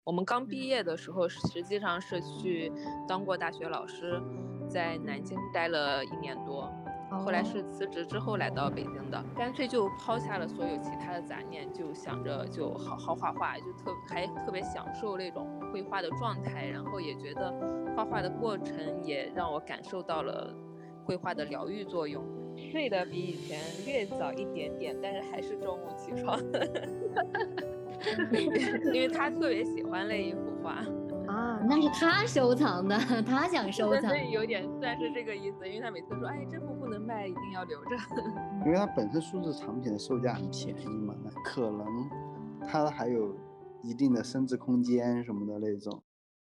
我们刚毕业的时候，实际上是去当过大学老师，在南京待了1年多。后来是辞职之后来到北京的，干脆就抛下了所有其他的杂念，就想着就好好画画，就还特别享受那种绘画的状态，然后也觉得画画的过程也让我感受到了绘画的疗愈作用。睡得比以前略早一点点，但是还是中午起床。因为他特别喜欢那一幅画啊，那是他收藏的，他想收藏， 所以有点算是这个意思。因为他每次说，哎，这幅不能卖，一定要留着。 因为它本身数字产品的售价很便宜嘛，那可能它还有一定的升值空间什么的那种。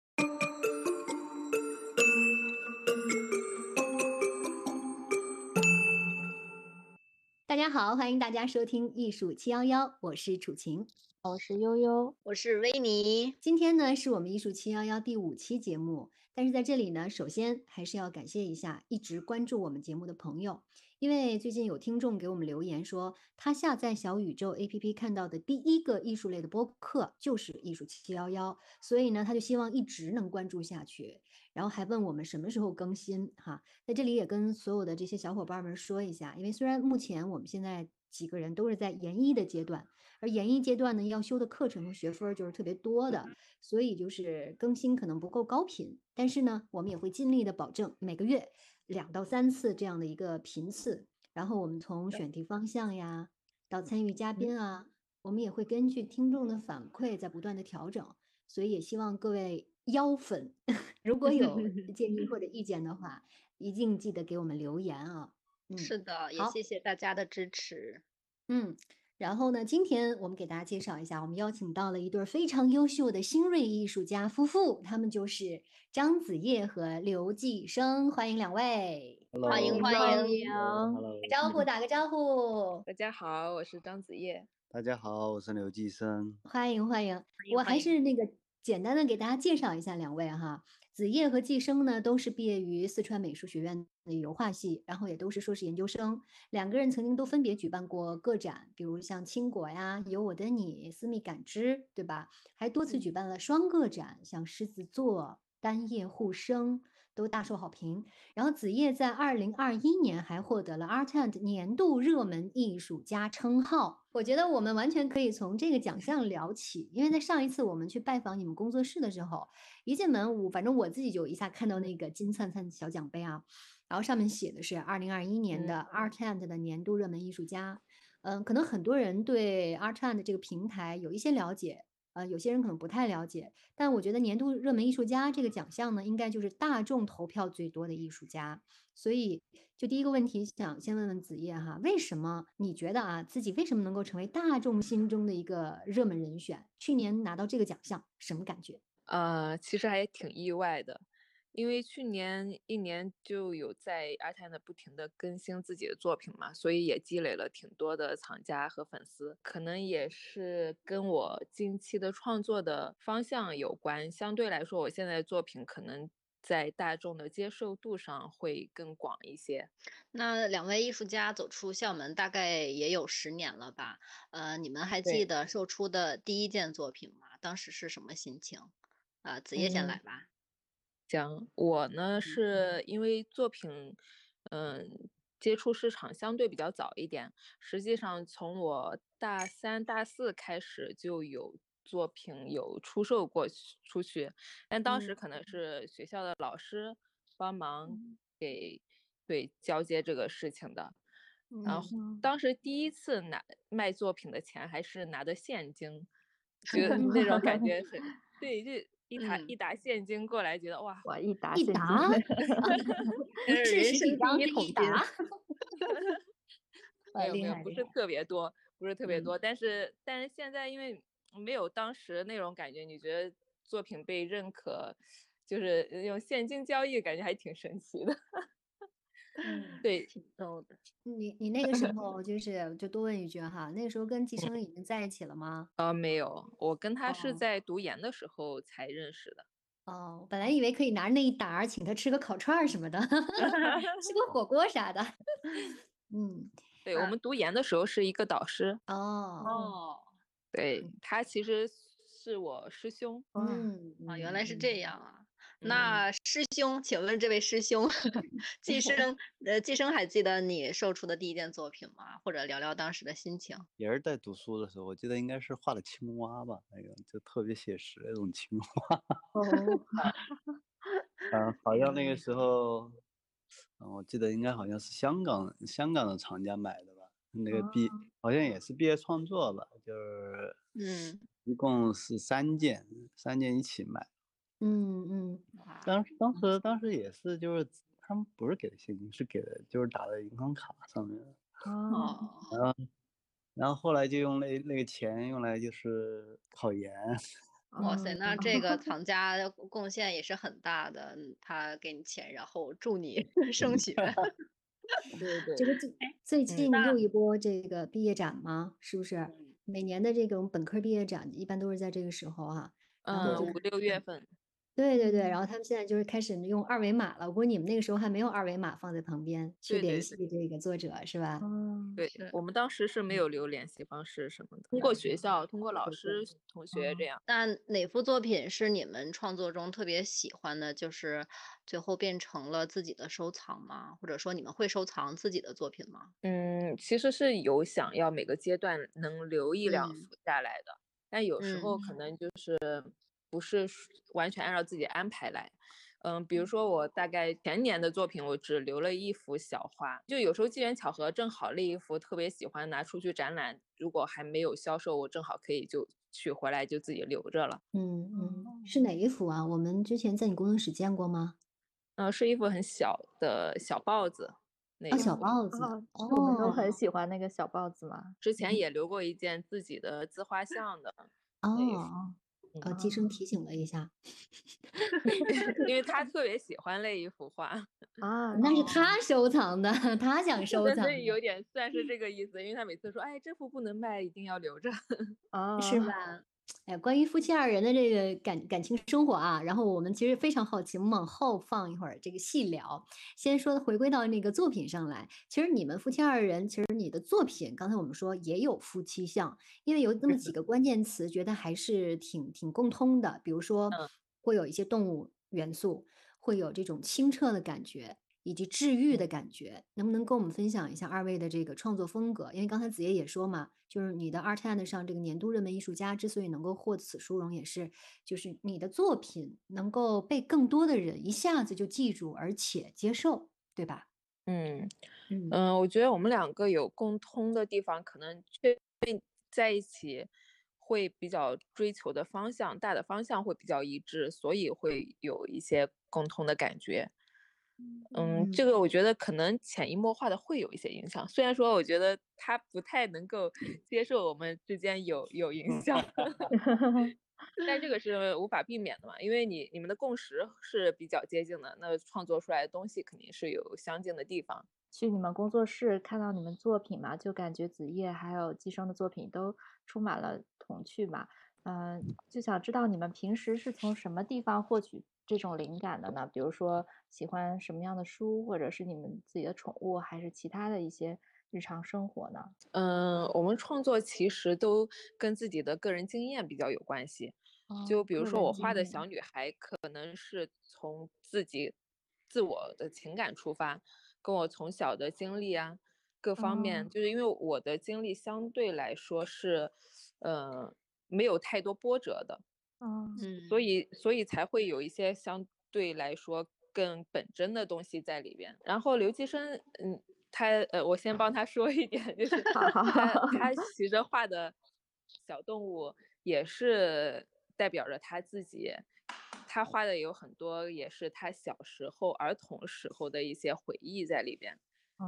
大家好，欢迎大家收听艺术711，我是楚晴， 我是悠悠， 我是维尼。 今天呢是我们艺术711第5期节目，但是在这里呢，首先还是要感谢一下一直关注我们节目的朋友，因为最近有听众给我们留言说，他下载小宇宙 APP 看到的第一个艺术类的播客就是艺术711，所以呢，他就希望一直能关注下去，然后还问我们什么时候更新哈。在这里也跟所有的这些小伙伴们说一下，因为虽然目前我们现在几个人都是在研一的阶段，而研一阶段呢要修的课程和学分就是特别多的，所以就是更新可能不够高频，但是呢，我们也会尽力的保证每个月2到3次这样的一个频次，然后我们从选题方向呀到参与嘉宾啊，我们也会根据听众的反馈在不断的调整，所以也希望各位妖粉如果有建议或者意见的话，一定记得给我们留言啊。 是的，也谢谢大家的支持。 然后呢，今天我们给大家介绍一下，我们邀请到了一对非常优秀的新锐艺术家夫妇，他们就是张子叶和刘继生，欢迎2位。 欢迎欢迎， 打个招呼。 大家好，我是张子叶。 大家好，我是刘继生。 欢迎。我还是简单的给大家介绍一下2位哈。子叶和继生呢，都是毕业于四川美术学院的油画系，然后也都是硕士研究生。2个人曾经都分别举办过个展，比如像青果呀、有我的你、私密感知，对吧？还多次举办了双个展，像狮子座、单叶互生都大受好评。然后子叶在2021年还获得了 Art and 年度热门艺术家称号。我觉得我们完全可以从这个奖项聊起，因为在上一次我们去拜访你们工作室的时候，一进门反正我自己就一下看到那个金灿灿小奖杯啊，然后上面写的是2021年的 Art and 的年度热门艺术家。可能很多人对 Art and 这个平台有一些了解，有些人可能不太了解，但我觉得年度热门艺术家这个奖项呢，应该就是大众投票最多的艺术家。所以就第一个问题想先问问子叶哈，为什么你觉得啊自己为什么能够成为大众心中的一个热门人选？去年拿到这个奖项什么感觉？ 其实还挺意外的，因为去年1年就有在 Art and 不停的更新自己的作品嘛，所以也积累了挺多的藏家和粉丝，可能也是跟我近期的创作的方向有关。相对来说，我现在的作品可能在大众的接受度上会更广一些。 那2位艺术家走出校门大概也有10年了吧？你们还记得售出的第一件作品吗？当时是什么心情？子叶先来吧。 行，我呢是因为作品，接触市场相对比较早一点，实际上从我大3、大4开始就有作品有出售过出去，但当时可能是学校的老师帮忙对交接这个事情的，然后当时第一次卖作品的钱还是拿的现金，觉得那种感觉很对，就一沓现金过来，觉得哇， 一沓现金， 是人生第一桶金。 没有，不是特别多，但是现在因为没有当时那种感觉，你觉得作品被认可，就是用现金交易，感觉还挺神奇的。对， 挺逗的。 你那个时候就多问一句哈，那个时候跟继生已经在一起了吗？ 没有，我跟他是在读研的时候才认识的。 本来以为可以拿着那一沓请他吃个烤串什么的，吃个火锅啥的。 对，我们读研的时候是一个导师。 哦， 对，他其实是我师兄。 原来是这样啊。 嗯那师兄，请问这位师兄，寄生还记得你售出的第一件作品吗？或者聊聊当时的心情？ 也是在读书的时候，我记得应该是画的青蛙吧，那个就特别写实那种青蛙。好像那个时候，我记得应该好像是香港的厂家买的吧，那个好像也是毕业创作吧，就是一共是3件一起买。当时也是，就是他们不是给的现金，是给的就是打在银行卡上面的。然后后来就用那个钱用来就是考研。 哇塞，那这个藏家贡献也是很大的，他给你钱，然后祝你升学。 对， 这个最近又一波这个毕业展嘛，是不是？每年的这种本科毕业展一般都是在这个时候啊。然后 5、6月份。 对，然后他们现在就是开始用2维码了。我估计你们那个时候还没有2维码放在旁边去联系这个作者，是吧？ 对，我们当时是没有留联系方式什么的，通过学校、通过老师、同学这样。 那哪幅作品是你们创作中特别喜欢的，就是最后变成了自己的收藏吗？或者说你们会收藏自己的作品吗？ 其实是有想要每个阶段能留1、2幅下来的，但有时候可能就是不是完全按照自己安排来。比如说我大概前年的作品，我只留了1幅小花，就有时候机缘巧合，正好那一幅特别喜欢拿出去展览，如果还没有销售，我正好可以就取回来就自己留着了。 是哪一幅啊？我们之前在你工作室见过吗？ 是一幅很小的小豹子。 小豹子， 我们都很喜欢那个小豹子嘛。 之前也留过一件自己的自画像的。 寄生提醒了一下。 因为他特别喜欢那一幅画。 那是他收藏的，他想收藏的。 所以有点算是这个意思，因为他每次说，哎，这幅不能卖，一定要留着。 是吧？哎，关于夫妻2人的这个感情生活啊，然后我们其实非常好奇，我们往后放一会儿这个细聊。先说回归到那个作品上来，其实你们夫妻2人，其实你的作品刚才我们说也有夫妻相，因为有那么几个关键词，觉得还是挺共通的。比如说，会有一些动物元素，会有这种清澈的感觉，以及治愈的感觉。能不能跟我们分享一下2位的这个创作风格？因为刚才子夜也说嘛，就是你的 ArtAnd 上这个年度热门艺术家之所以能够获此殊荣，也是就是你的作品能够被更多的人一下子就记住，而且接受，对吧？ 我觉得我们2个有共通的地方，可能在一起会比较追求的方向，大的方向会比较一致，所以会有一些共通的感觉。这个我觉得可能潜移默化的会有一些影响，虽然说我觉得他不太能够接受我们之间有影响。但这个是无法避免的嘛，因为你们的共识是比较接近的，那创作出来的东西肯定是有相近的地方。 去你们工作室看到你们作品嘛，就感觉子夜还有寄生的作品都充满了童趣嘛。就想知道你们平时是从什么地方获取这种灵感的呢？比如说喜欢什么样的书，或者是你们自己的宠物，还是其他的一些日常生活呢？ 我们创作其实都跟自己的个人经验比较有关系。就比如说我画的小女孩，可能是从自我的情感出发，跟我从小的经历啊，各方面，就是因为我的经历相对来说是，没有太多波折的。所以才会有一些相对来说更本真的东西在里边。然后刘基生，我先帮他说一点，就是他其实画的小动物也是代表着他自己，他画的有很多也是他小时候儿童时候的一些回忆在里边。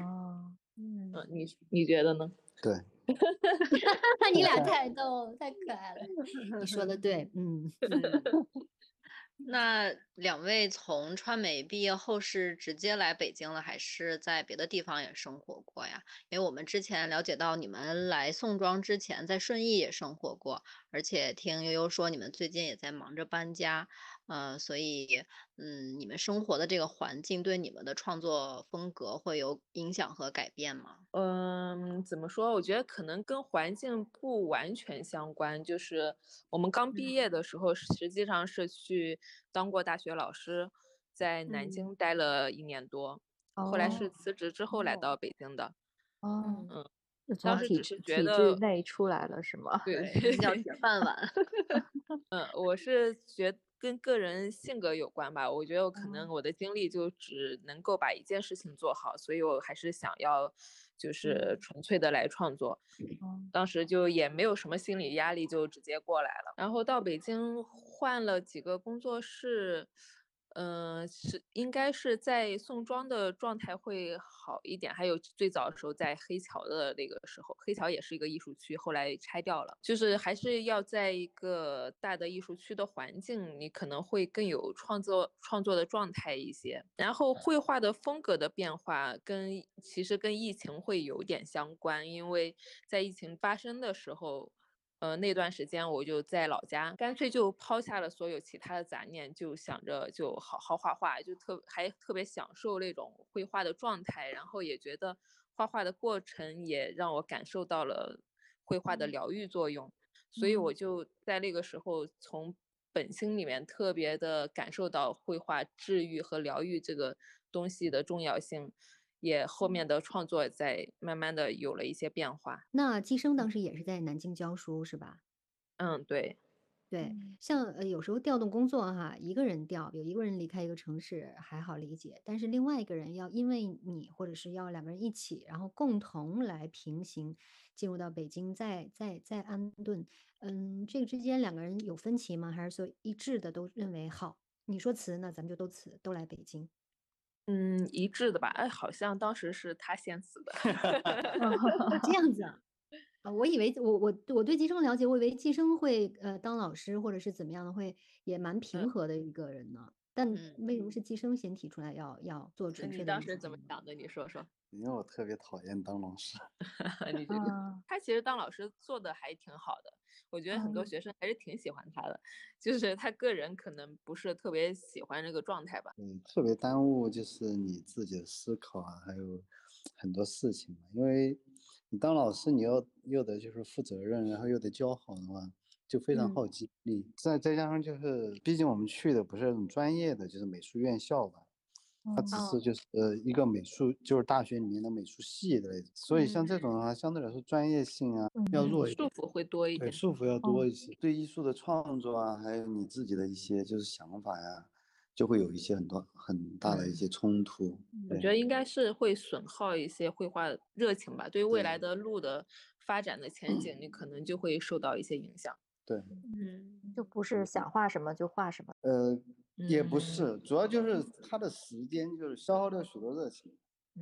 你觉得呢？ 对。 你俩太逗，太可爱了。你说的对， 那2位从川美毕业后是直接来北京了，还是在别的地方也生活过？ 过呀？因为我们之前了解到你们来宋庄之前在顺义也生活过，而且听悠悠说你们最近也在忙着搬家，所以你们生活的这个环境对你们的创作风格会有影响和改变吗？ 怎么说？我觉得可能跟环境不完全相关。就是我们刚毕业的时候，实际上是去当过大学老师，在南京待了1年多，后来是辞职之后来到北京的。 哦，就当从体时只是觉体制得， 内出来了是吗？ 对， 对，要铁饭碗。 我是觉得跟个人性格有关吧。我觉得可能我的精力就只能够把一件事情做好，所以我还是想要就是纯粹的来创作。当时就也没有什么心理压力，就直接过来了。然后到北京换了几个工作室，应该是在宋庄的状态会好一点。还有最早的时候在黑桥的那个时候，黑桥也是一个艺术区，后来拆掉了。就是还是要在一个大的艺术区的环境，你可能会更有创作的状态一些。然后绘画的风格的变化其实跟疫情会有点相关，因为在疫情发生的时候。那段时间我就在老家，干脆就抛下了所有其他的杂念，就想着就好好画画，还特别享受那种绘画的状态，然后也觉得画画的过程也让我感受到了绘画的疗愈作用，所以我就在那个时候从本心里面特别的感受到绘画治愈和疗愈这个东西的重要性。也后面的创作在慢慢的有了一些变化。 那季生当时也是在南京教书是吧？ 对。 对，像有时候调动工作哈，一个人调，有一个人离开一个城市还好理解，但是另外一个人要因为你或者是要两个人一起，然后共同来平行进入到北京，再安顿，这个之间两个人有分歧吗？还是说一致的都认为好，你说辞，那咱们就都辞，都来北京？ 一致的吧。好像当时是他先死的。 哦，这样子啊。我以为我对计生了解，我以为计生会当老师或者是怎么样的，会也蛮平和的一个人呢。但为什么是计生先提出来要做纯粹的艺术你当时怎么工作？ 想的？你说说。 因为我特别讨厌当老师。 你觉得他其实当老师做的还挺好的，我觉得很多学生还是挺喜欢他的，就是他个人可能不是特别喜欢这个状态吧。 特别耽误就是你自己的思考啊，还有很多事情嘛。因为你当老师，你又得就是负责任，然后又得教好的话，就非常耗精力。再加上就是，毕竟我们去的不是那种专业的，就是美术院校吧。它只是就是一个美术，就是大学里面的美术系的类的，所以像这种的话，相对来说专业性啊要弱一点， 束缚会多一对， 点。 束缚要多一些，对艺术的创作啊，还有你自己的一些就是想法呀，就会有一些很大的一些冲突。 我觉得应该是会损耗一些绘画热情吧，对于未来的路的发展的前景，你可能就会受到一些影响。 对， 就不是想画什么就画什么。 也不是，主要就是他的时间就是消耗掉许多热情。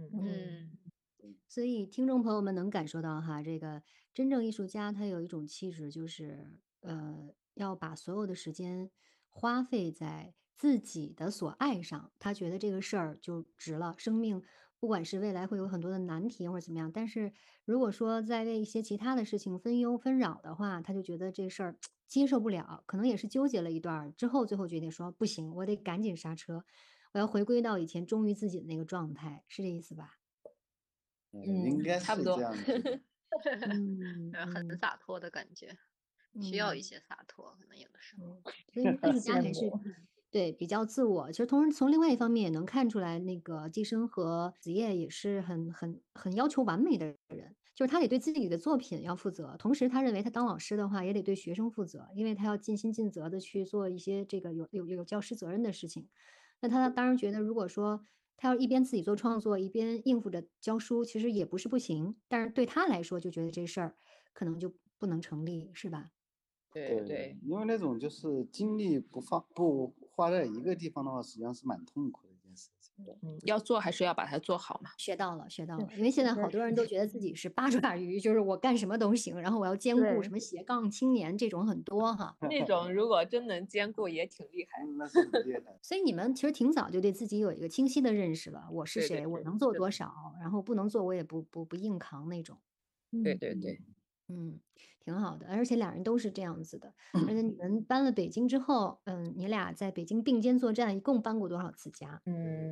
所以听众朋友们能感受到哈，这个真正艺术家他有一种气质，就是要把所有的时间花费在自己的所爱上，他觉得这个事儿就值了。生命不管是未来会有很多的难题或者怎么样，但是如果说在为一些其他的事情分忧纷扰的话，他就觉得这事儿接受不了，可能也是纠结了一段儿之后，最后决定说不行，我得赶紧刹车，我要回归到以前忠于自己的那个状态，是这意思吧？ 应该差不多。 是这样子的。 很洒脱的感觉，需要一些洒脱，可能有的时候。 所以艺术家还是对比较自我。其实同时从另外一方面也能看出来，那个季生和子夜也是很要求完美的人，就是他得对自己的作品要负责，同时他认为他当老师的话也得对学生负责，因为他要尽心尽责的去做一些这个有教师责任的事情。那他当然觉得，如果说他要一边自己做创作，一边应付着教书，其实也不是不行，但是对他来说就觉得这事儿可能就不能成立，是吧？ 对， 因为那种就是精力不花在一个地方的话，实际上是蛮痛苦的一件事情。 要做还是要把它做好嘛。 学到了，学到对了。因为现在对好多人都觉得自己是八爪鱼，就是我干什么都行，然后我要兼顾对什么斜杠青年这种很多哈。 那种如果真能兼顾也挺厉害。 那是很厉害。 所以你们其实挺早就对自己有一个清晰的认识了，我是对对谁，我对能做是的多少，然后不能做我也不硬扛那种。 对对对， 挺好的，而且俩人都是这样子的。而且你们搬了北京之后，你俩在北京并肩作战，一共搬过多少次家？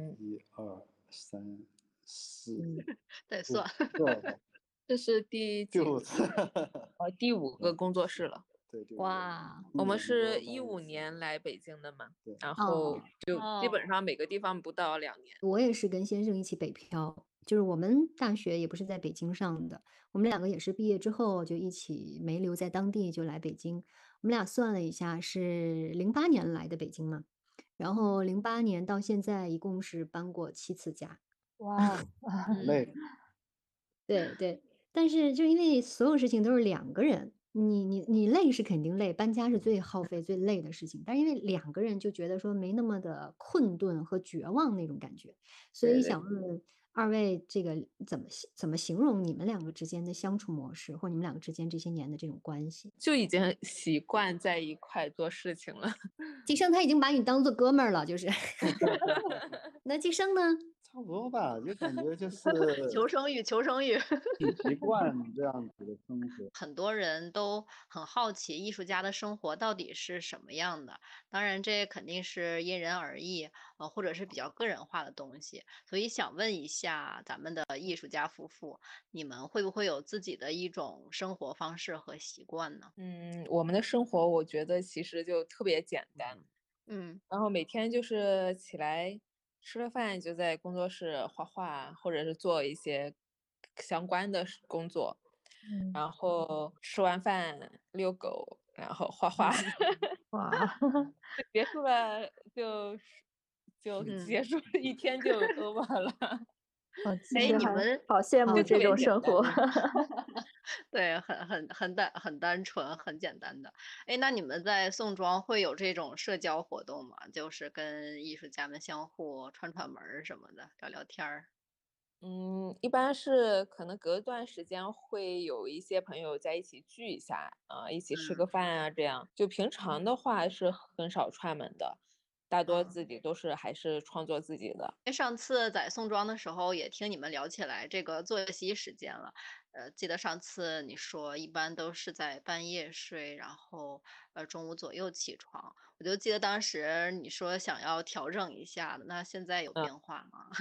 1、2、3、4、 得算。 对， 这是第 5次。 第5个工作室了。 对对。 哇， 我们是15年来北京的嘛，然后就基本上每个地方不到2年。 我也是跟先生一起北漂，就是我们大学也不是在北京上的，我们2个也是毕业之后就一起没留在当地，就来北京。我们俩算了一下，是08年来的北京嘛，然后08年到现在一共是搬过7次家。 哇， 累。 对对，但是就因为所有事情都是2个人，你累是肯定累，搬家是最耗费最累的事情，但是因为2个人就觉得说没那么的困顿和绝望那种感觉，所以对对想问问2位，这个怎么形容你们2个之间的相处模式，或你们2个之间这些年的这种关系？ 就已经习惯在一块做事情了。 季生他已经把你当做哥们儿了，就是。那季生呢？ 差不多吧，就感觉就是求生欲，求生欲。 挺习惯这样子的生活。 很多人都很好奇艺术家的生活到底是什么样的，当然这肯定是因人而异，或者是比较个人化的东西。所以想问一下咱们的艺术家夫妇，你们会不会有自己的一种生活方式和习惯呢？ 我们的生活我觉得其实就特别简单，然后每天就是起来吃了饭就在工作室画画，或者是做一些相关的工作，然后吃完饭遛狗，然后画画。 哇， 结束了就结束了一天就 over 了。 其实还你们好羡慕这就特别简种生活。 对，很单纯，很简单的。那你们在宋庄会有这种社交活动吗？就是跟艺术家们相互串串门儿什么的，聊聊天儿。 一般是可能隔段时间会有一些朋友在一起聚一下，一起吃个饭啊，这样。就平常的话是很少串门的，大多自己都是还是创作自己的。 上次在宋庄的时候也听你们聊起来这个作息时间了，记得上次你说一般都是在半夜睡，然后中午左右起床，我就记得当时你说想要调整一下的，那现在有变化吗？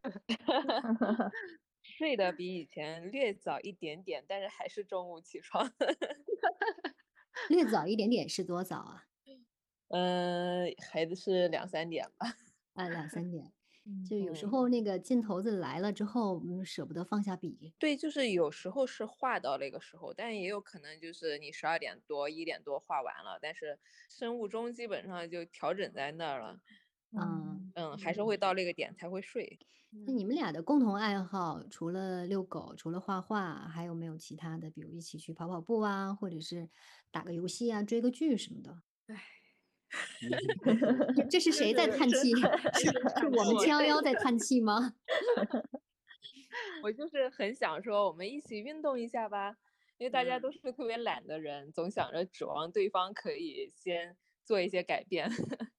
睡得比以前略早一点点，但是还是中午起床。 略早一点点是多早啊？ 还是2、3点吧。 2、3点。就有时候那个劲头子来了之后，舍不得放下笔。 对，就是有时候是画到那个时候，但也有可能就是你12点多、1点多画完了，但是生物钟基本上就调整在那儿了。还是会到那个点才会睡。 那你们俩的共同爱好，除了遛狗，除了画画，还有没有其他的？比如一起去跑跑步啊，或者是打个游戏啊，追个剧什么的？这是谁在叹气？是我们711在叹气吗？ 我就是很想说，我们一起运动一下吧，因为大家都是特别懒的人，总想着指望对方可以先做一些改变。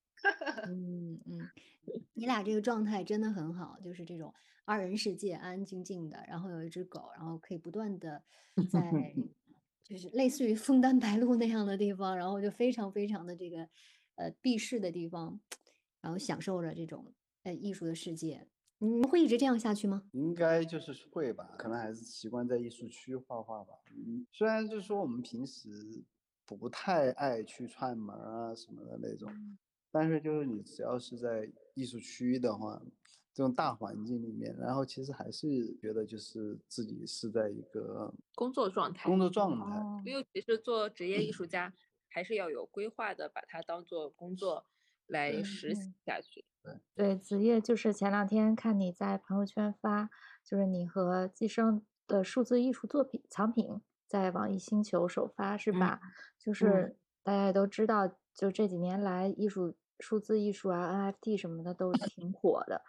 你俩这个状态真的很好，就是这种2人世界，安安静静的，然后有一只狗，然后可以不断的在，就是类似于枫丹白露那样的地方，然后就非常非常的这个避世的地方，然后享受着这种艺术的世界。你们会一直这样下去吗？ 应该就是会吧，可能还是习惯在艺术区画画吧。虽然就是说我们平时不太爱去串门啊什么的那种，但是就是你只要是在艺术区的话，这种大环境里面，然后其实还是觉得就是自己是在一个工作状态。尤其是做职业艺术家，还是要有规划的，把它当做工作来实习下去。 对，子夜就是前2天看你在朋友圈发，就是你和季生的数字艺术作品藏品在网易星球首发是吧？就是大家也都知道，就这几年来数字艺术啊 NFT 什么的都挺火的。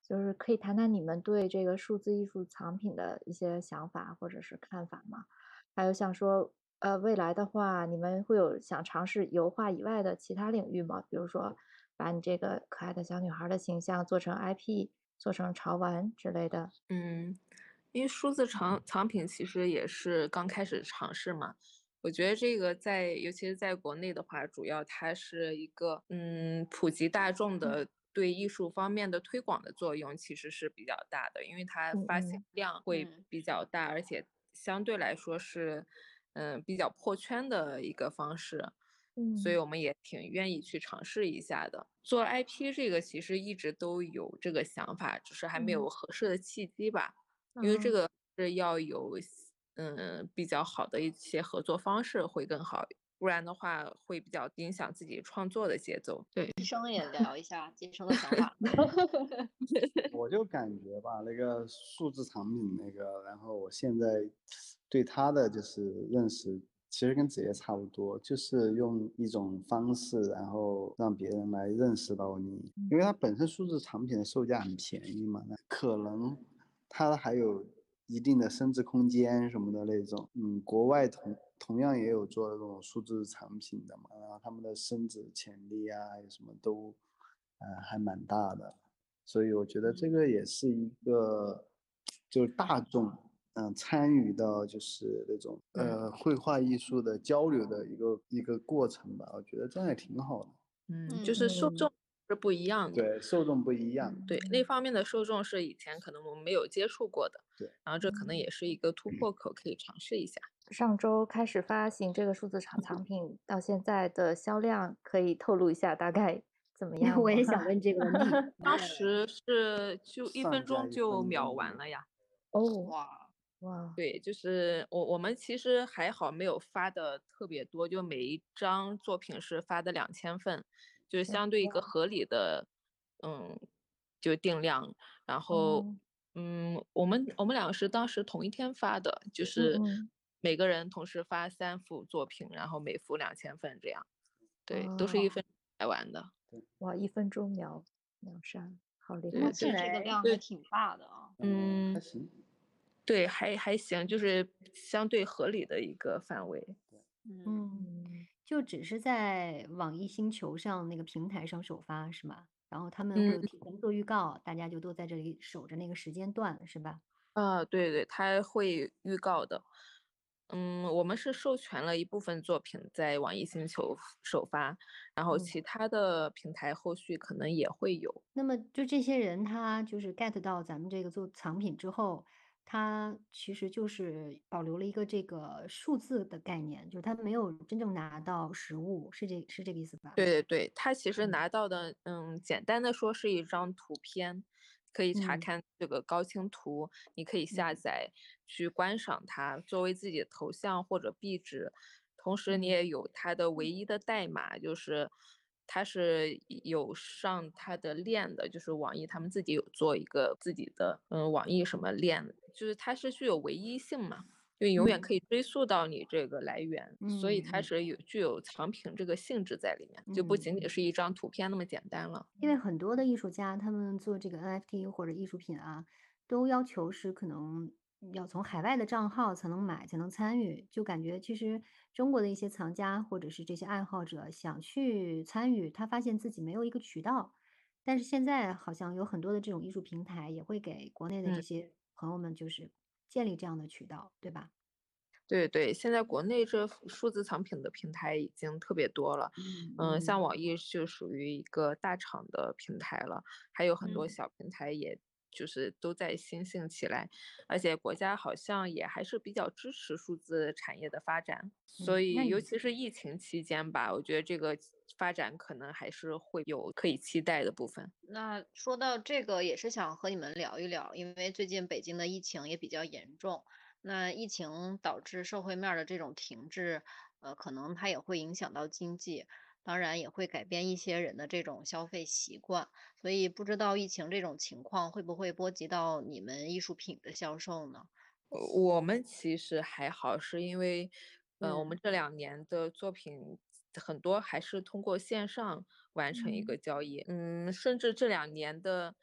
就是可以谈谈你们对这个数字艺术藏品的一些想法或者是看法吗？还有想说，未来的话，你们会有想尝试油画以外的其他领域吗？比如说，把你这个可爱的小女孩的形象做成 IP，做成潮玩之类的。 因为数字藏品其实也是刚开始尝试嘛，我觉得这个尤其是在国内的话，主要它是一个普及大众的对艺术方面的推广的作用其实是比较大的，因为它发行量会比较大，而且相对来说是比较破圈的一个方式。所以我们也挺愿意去尝试一下的。做 IP 这个其实一直都有这个想法，只是还没有合适的契机吧。因为这个是要有比较好的一些合作方式会更好，不然的话会比较影响自己创作的节奏。对， 寄生也聊一下寄生的想法。 我就感觉吧，那个数字产品那个，然后我现在对它的就是认识，其实跟子夜差不多，就是用一种方式，然后让别人来认识到你，因为它本身数字产品的售价很便宜嘛，那可能它还有一定的升值空间什么的那种。国外同样也有做这种数字产品的嘛，然后他们的升值潜力啊，有什么都还蛮大的。所以我觉得这个也是一个，就是大众参与到就是那种绘画艺术的交流的一个过程吧，我觉得这样也挺好的。 就是受众是不一样的。 对，受众不一样。 对，那方面的受众是以前可能我们没有接触过的。 对， 然后这可能也是一个突破口，可以尝试一下。 上周开始发行这个数字藏品，到现在的销量可以透露一下大概怎么样吗？ 我也想问这个问题。 当时是就1分钟就秒完了呀。 哇， 对，就是我们其实还好，没有发的特别多，就每一张作品是发的2000份，就是相对一个合理的，就定量。然后，我们两个是当时同一天发的，就是每个人同时发3幅作品，然后每幅2000份这样。对，都是1分拍完的。 哇，1分钟秒删，好厉害！ 那这个量还挺大的啊。 还行。 对，还行，就是相对合理的一个范围。 就只是在网易星球上那个平台上首发是吗？然后他们会有提前做预告，大家就都在这里守着那个时间段是吧？ 对对，他会预告的。我们是授权了一部分作品在网易星球首发，然后其他的平台后续可能也会有。 那么就这些人他就是 get 到咱们这个做藏品之后，他其实就是保留了一个这个数字的概念，就是他没有真正拿到实物，是这个意思吧？ 对对对，他其实拿到的，简单的说是一张图片，可以查看这个高清图，你可以下载去观赏它，作为自己的头像或者壁纸。同时你也有它的唯一的代码，就是它是有上它的链的，就是网易他们自己有做一个自己的网易什么链，就是它是具有唯一性嘛。就永远可以追溯到你这个来源，所以它是具有藏品这个性质在里面，就不仅仅是一张图片那么简单了。 因为很多的艺术家，他们做这个 NFT 或者艺术品啊，都要求是可能要从海外的账号才能买，才能参与。就感觉其实中国的一些藏家或者是这些爱好者想去参与，他发现自己没有一个渠道。但是现在好像有很多的这种艺术平台也会给国内的这些朋友们就是建立这样的渠道，对吧？ 对对，现在国内这数字藏品的平台已经特别多了。像网易就属于一个大厂的平台了，还有很多小平台，也就是都在兴起来，而且国家好像也还是比较支持数字产业的发展，所以尤其是疫情期间吧，我觉得这个发展可能还是会有可以期待的部分。 那说到这个，也是想和你们聊一聊，因为最近北京的疫情也比较严重。那疫情导致社会面的这种停滞，可能它也会影响到经济，当然也会改变一些人的这种消费习惯。所以不知道疫情这种情况会不会波及到你们艺术品的销售呢？ 我们其实还好，是因为，我们这2年的作品很多还是通过线上完成一个交易。甚至这2年的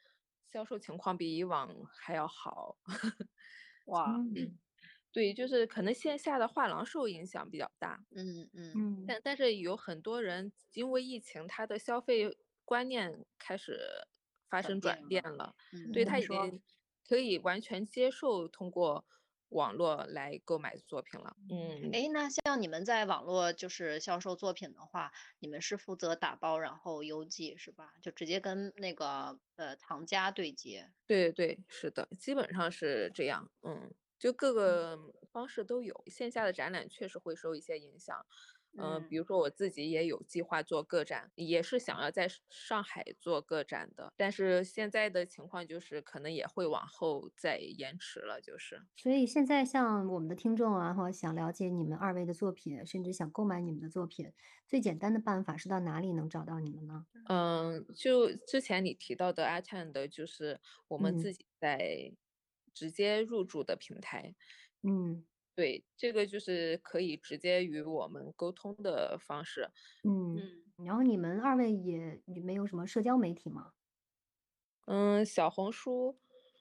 销售情况比以往还要好。 哇， 对，就是可能线下的画廊受影响比较大。但是有很多人因为疫情，他的消费观念开始发生转变了，对，他已经可以完全接受通过网络来购买作品了。 那像你们在网络就是销售作品的话，你们是负责打包然后邮寄是吧？就直接跟那个藏家对接。 对对，是的，基本上是这样。就各个方式都有，线下的展览确实会受一些影响。比如说我自己也有计划做个展，也是想要在上海做个展的，但是现在的情况就是可能也会往后再延迟了，就是。 所以现在像我们的听众啊，或想了解你们二位的作品，甚至想购买你们的作品，最简单的办法是到哪里能找到你们呢？ 就之前你提到的Artand，就是我们自己在直接入驻的平台。对，这个就是可以直接与我们沟通的方式。 然后你们二位也没有什么社交媒体吗？ 小红书，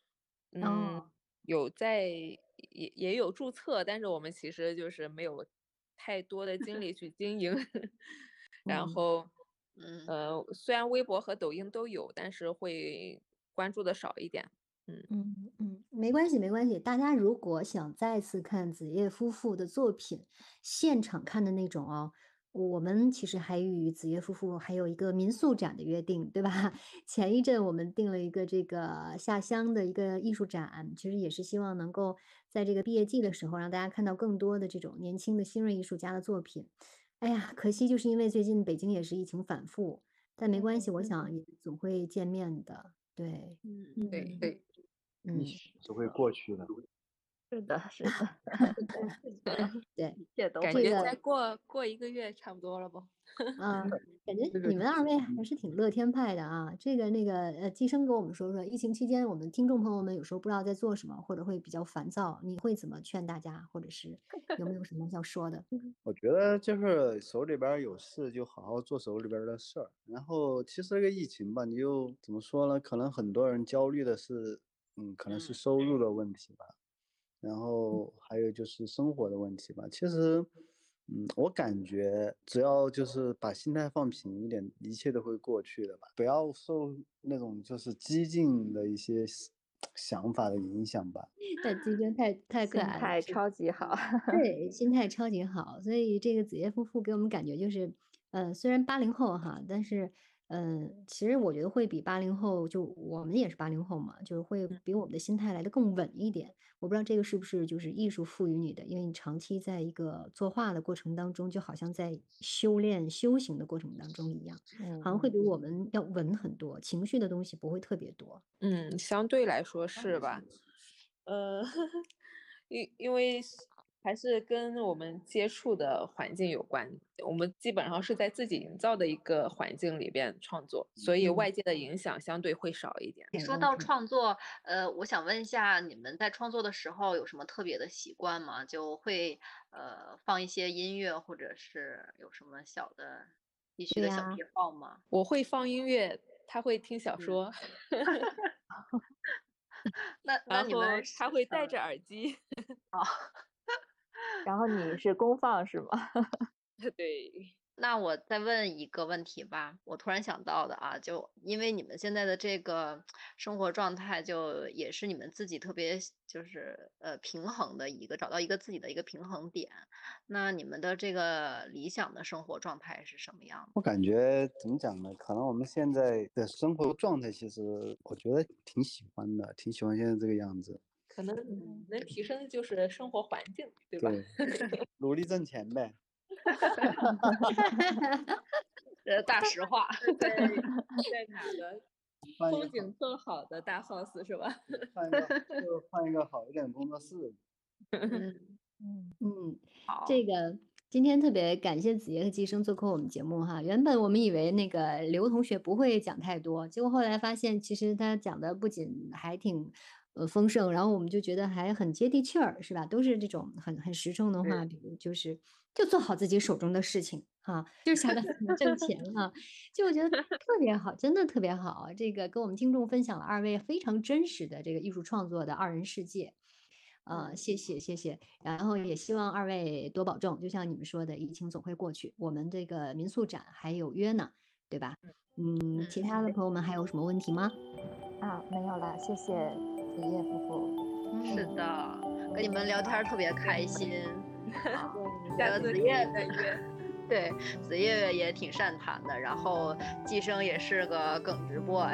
有在也有注册，但是我们其实就是没有太多的精力去经营。然后，虽然微博和抖音都有，但是会关注的少一点。 没关系，没关系。大家如果想再次看子夜夫妇的作品，现场看的那种哦，我们其实还与子夜夫妇还有一个民宿展的约定，对吧？前一阵我们定了一个这个下乡的一个艺术展，其实也是希望能够在这个毕业季的时候，让大家看到更多的这种年轻的新锐艺术家的作品。哎呀，可惜就是因为最近北京也是疫情反复，但没关系，我想也总会见面的。对， 对对。 疫情就会过去的。 是的，是的， 对， 一切都感会觉再过1个月差不多了吧？ 感觉你们二位还是挺乐天派的啊。季生给我们说说，疫情期间我们听众朋友们有时候不知道在做什么，或者会比较烦躁，你会怎么劝大家，或者是有没有什么要说的？ 我觉得就是手里边有事就好好做手里边的事儿。然后其实这个疫情吧，你又怎么说呢？可能很多人焦虑的是，可能是收入的问题吧。然后还有就是生活的问题吧。其实，我感觉只要就是把心态放平一点，一切都会过去的吧。不要受那种就是激进的一些想法的影响吧。 那季生太可心爱了， 态超级好。 对，心态超级好。所以这个子夜夫妇给我们感觉就是，虽然80后哈，但是，其实我觉得会比80后，就我们也是80后嘛，就是会比我们的心态来得更稳一点。我不知道这个是不是就是艺术赋予你的，因为你长期在一个作画的过程当中，就好像在修炼、修行的过程当中一样，好像会比我们要稳很多，情绪的东西不会特别多。 相对来说是吧？因为还是跟我们接触的环境有关，我们基本上是在自己营造的一个环境里边创作，所以外界的影响相对会少一点。 你说到创作，我想问一下，你们在创作的时候有什么特别的习惯吗？就会放一些音乐，或者是有什么必须的小癖好吗？ 我会放音乐，他会听小说。 那你们他会戴着耳机。 然后你是公放是吗？ 对。 那我再问一个问题吧，我突然想到的啊，就因为你们现在的这个生活状态，就也是你们自己特别就是平衡的找到一个自己的一个平衡点。那你们的这个理想的生活状态是什么样的？ 我感觉怎么讲呢？可能我们现在的生活状态，其实我觉得挺喜欢的，挺喜欢现在这个样子。 可能能提升的就是生活环境，对吧？ 对，努力挣钱呗。 这大实话。 在哪个风景特好的大 house 是吧？ 换一个好一点的工作室。 好。 这个今天特别感谢子夜和季生做客我们节目哈。原本我们以为那个刘同学不会讲太多，结果后来发现其实他讲的不仅还挺丰盛，然后我们就觉得还很接地气儿，是吧？都是这种很实诚的话，比如就是就做好自己手中的事情啊，就是想着怎么挣钱啊，就我觉得特别好，真的特别好。这个跟我们听众分享了2位非常真实的这个艺术创作的2人世界。谢谢，然后也希望2位多保重。就像你们说的，疫情总会过去，我们这个民宿展还有约呢，对吧？其他的朋友们还有什么问题吗？ 没有了，谢谢子夜夫妇。 是的，跟你们聊天特别开心。 下次子夜再约。 对，子夜也挺善谈的，然后季生也是个耿直 boy。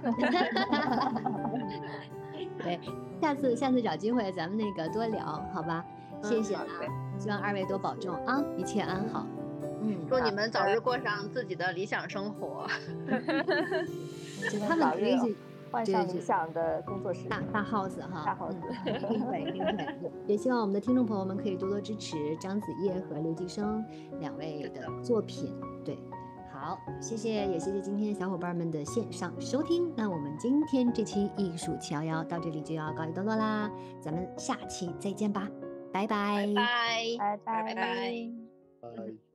对，下次找机会咱们那个多聊，好吧？谢谢啊，希望2位多保重啊，一切安好。 祝你们早日过上自己的理想生活。 他们可以换上理想的工作室， 大 house 哈， 大 house。 一定会。也希望我们的听众朋友们可以多多支持张子夜和刘继生2位的作品。对，好，谢谢，也谢谢今天小伙伴们的线上收听。那我们今天这期艺术711到这里就要告一段落啦，咱们下期再见吧，拜拜， 拜拜。